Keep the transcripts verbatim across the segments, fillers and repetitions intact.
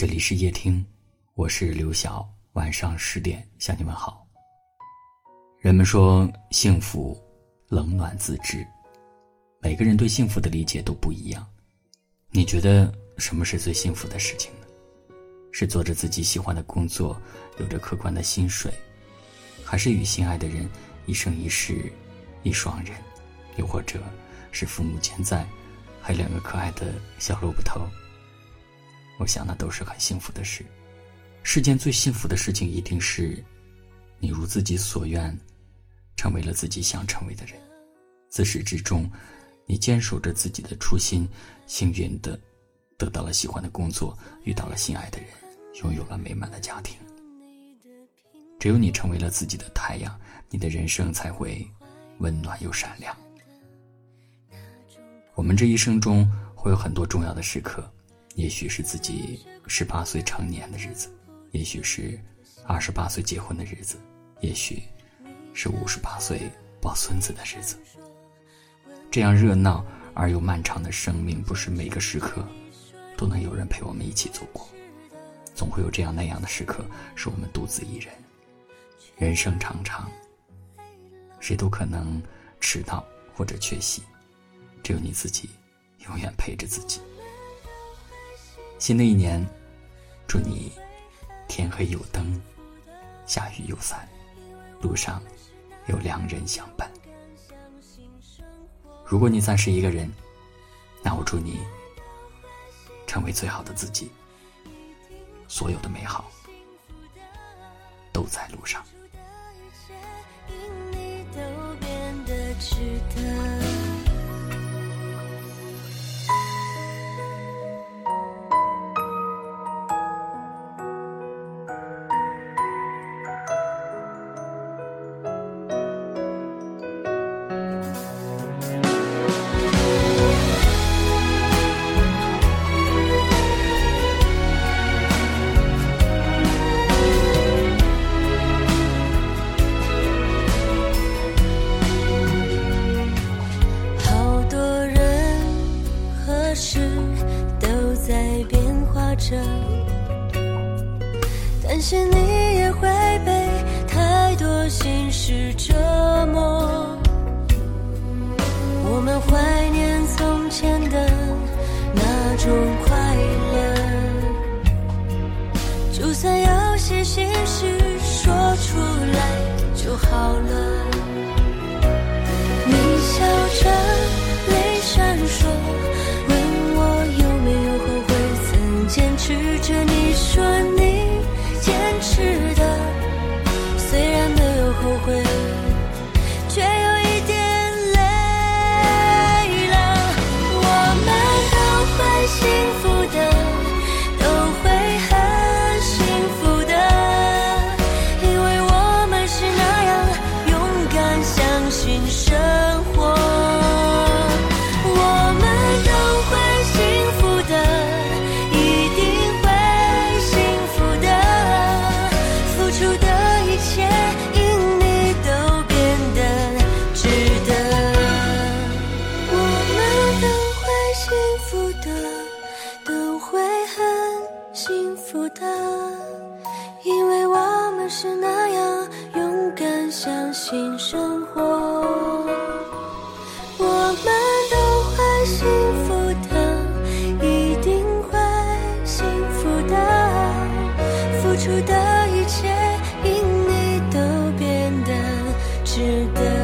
这里是夜听，我是刘晓，晚上十点向你们好。人们说幸福冷暖自知，每个人对幸福的理解都不一样。你觉得什么是最幸福的事情呢？是做着自己喜欢的工作，有着可观的薪水，还是与心爱的人一生一世一双人，又或者是父母健在，还有两个可爱的小萝卜头？我想那都是很幸福的事。世间最幸福的事情一定是你如自己所愿，成为了自己想成为的人。自始至终你坚守着自己的初心，幸运的得到了喜欢的工作，遇到了心爱的人，拥有了美满的家庭。只有你成为了自己的太阳，你的人生才会温暖又闪亮。我们这一生中会有很多重要的时刻，也许是自己十八岁成年的日子，也许是二十八岁结婚的日子，也许是五十八岁抱孙子的日子。这样热闹而又漫长的生命，不是每个时刻都能有人陪我们一起走过，总会有这样那样的时刻是我们独自一人。人生长长，谁都可能迟到或者缺席，只有你自己永远陪着自己。新的一年，祝你天黑有灯，下雨有伞，路上有良人相伴。如果你暂时一个人，那我祝你成为最好的自己，所有的美好都在路上。 因你都变得值得。担心你也会被太多心事折磨，我们怀念从前的那种快乐，就算有些心事说出来就好了。你笑着泪闪烁，问我有没有后悔曾坚持着你说你坚持的，虽然没有后悔，却有一点累了。我们都会幸福的，都会很幸福的，因为我们是那样勇敢相信生活。我们都会幸福的，一定会幸福的，付出的一切因你都变得值得。我们都会幸福的，都会很幸福的，因为我们是那样勇敢相信生活。我们都会幸福的，一定会幸福的，付出的一切因你都变得值得。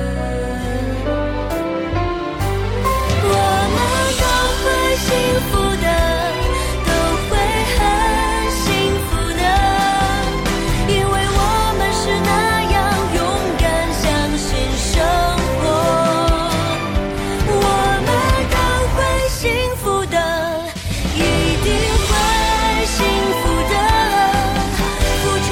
我们都会幸福的，都会很幸福的，因为我们是那样勇敢相信生活。我们都会幸福的，一定会幸福的，付出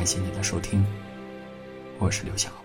感谢你的收听，我是刘晓。